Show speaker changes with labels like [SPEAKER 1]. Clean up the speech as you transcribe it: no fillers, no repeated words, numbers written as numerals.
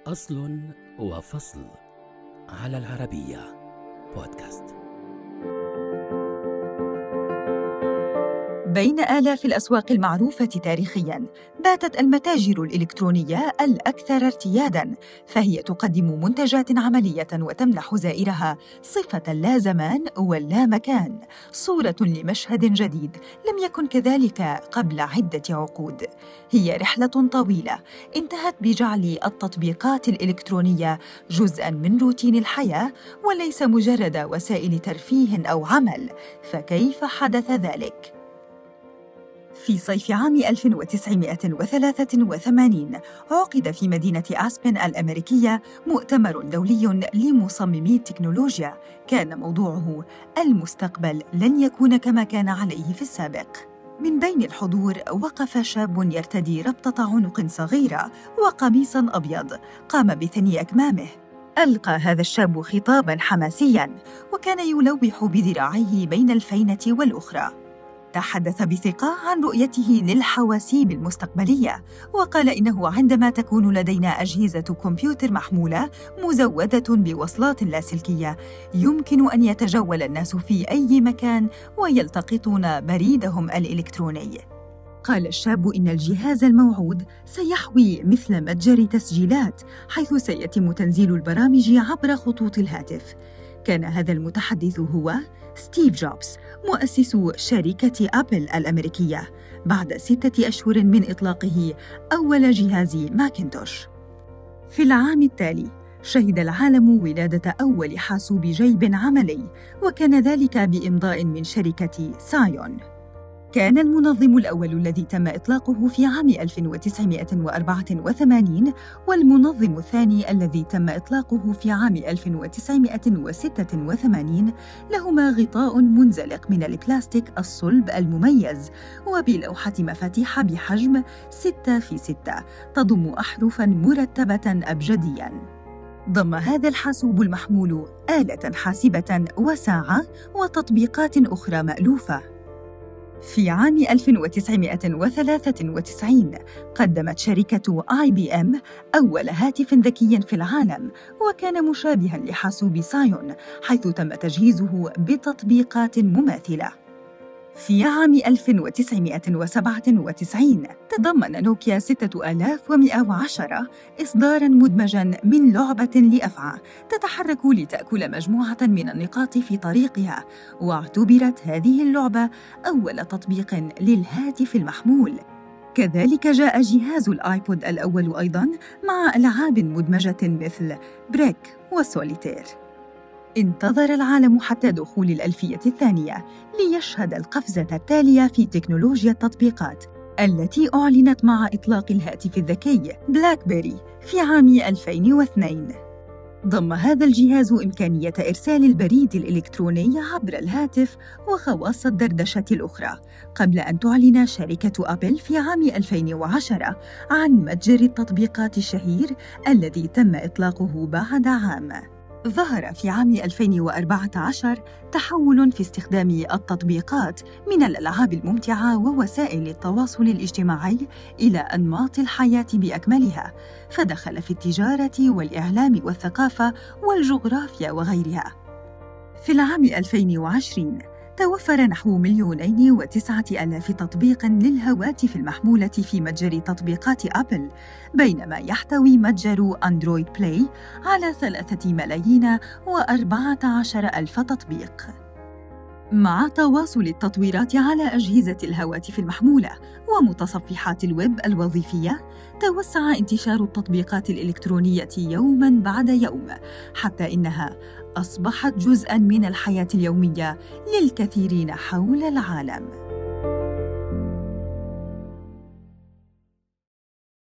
[SPEAKER 1] أصل وفصل على العربية بودكاست.
[SPEAKER 2] بين آلاف الأسواق المعروفة تاريخياً، باتت المتاجر الإلكترونية الأكثر ارتياداً، فهي تقدم منتجات عملية وتمنح زائرها صفة لا زمان ولا مكان، صورة لمشهد جديد لم يكن كذلك قبل عدة عقود. هي رحلة طويلة انتهت بجعل التطبيقات الإلكترونية جزءاً من روتين الحياة وليس مجرد وسائل ترفيه أو عمل. فكيف حدث ذلك؟ في صيف عام 1983 عقد في مدينة أسبن الأمريكية مؤتمر دولي لمصممي التكنولوجيا، كان موضوعه المستقبل لن يكون كما كان عليه في السابق. من بين الحضور وقف شاب يرتدي ربطة عنق صغيرة وقميصاً أبيض، قام بثني أكمامه. ألقى هذا الشاب خطاباً حماسياً وكان يلوح بذراعيه بين الفينة والأخرى. تحدث بثقة عن رؤيته للحواسيب المستقبلية، وقال إنه عندما تكون لدينا أجهزة كمبيوتر محمولة مزودة بوصلات لاسلكية يمكن أن يتجول الناس في أي مكان ويلتقطون بريدهم الإلكتروني. قال الشاب إن الجهاز الموعود سيحوي مثل متجر تسجيلات، حيث سيتم تنزيل البرامج عبر خطوط الهاتف. كان هذا المتحدث هو ستيف جوبز، مؤسس شركة أبل الأمريكية، بعد 6 أشهر من إطلاقه أول جهاز ماكنتوش. في العام التالي شهد العالم ولادة أول حاسوب جيب عملي، وكان ذلك بإمضاء من شركة سايون. كان المنظم الأول الذي تم إطلاقه في عام 1984، والمنظم الثاني الذي تم إطلاقه في عام 1986، لهما غطاء منزلق من البلاستيك الصلب المميز وبلوحة مفاتيح بحجم 6x6 تضم أحرفاً مرتبة أبجدياً. ضم هذا الحاسوب المحمول آلة حاسبة وساعة وتطبيقات أخرى مألوفة. في عام 1993 قدمت شركة IBM أول هاتف ذكي في العالم، وكان مشابهاً لحاسوب سايون، حيث تم تجهيزه بتطبيقات مماثلة. في عام 1997 تضمن نوكيا 6110 إصداراً مدمجاً من لعبة لأفعى تتحرك لتأكل مجموعة من النقاط في طريقها، واعتبرت هذه اللعبة أول تطبيق للهاتف المحمول. كذلك جاء جهاز الآيبود الأول أيضاً مع ألعاب مدمجة مثل بريك وسوليتير. انتظر العالم حتى دخول الألفية الثانية ليشهد القفزة التالية في تكنولوجيا التطبيقات التي أعلنت مع إطلاق الهاتف الذكي بلاك بيري في عام 2002. ضم هذا الجهاز إمكانية إرسال البريد الإلكتروني عبر الهاتف وخواص الدردشة الأخرى، قبل أن تعلن شركة أبل في عام 2010 عن متجر التطبيقات الشهير الذي تم إطلاقه بعد عام. ظهر في عام 2014 تحول في استخدام التطبيقات من الألعاب الممتعة ووسائل التواصل الاجتماعي إلى أنماط الحياة بأكملها، فدخل في التجارة والإعلام والثقافة والجغرافيا وغيرها. في العام 2020 توفر نحو 2,09,000 تطبيق للهواتف المحمولة في متجر تطبيقات أبل، بينما يحتوي متجر أندرويد بلاي على 3,014,000 تطبيق. مع تواصل التطويرات على أجهزة الهواتف المحمولة ومتصفحات الويب الوظيفية، توسع انتشار التطبيقات الإلكترونية يوماً بعد يوم، حتى إنها أصبحت جزءاً من الحياة اليومية للكثيرين حول العالم.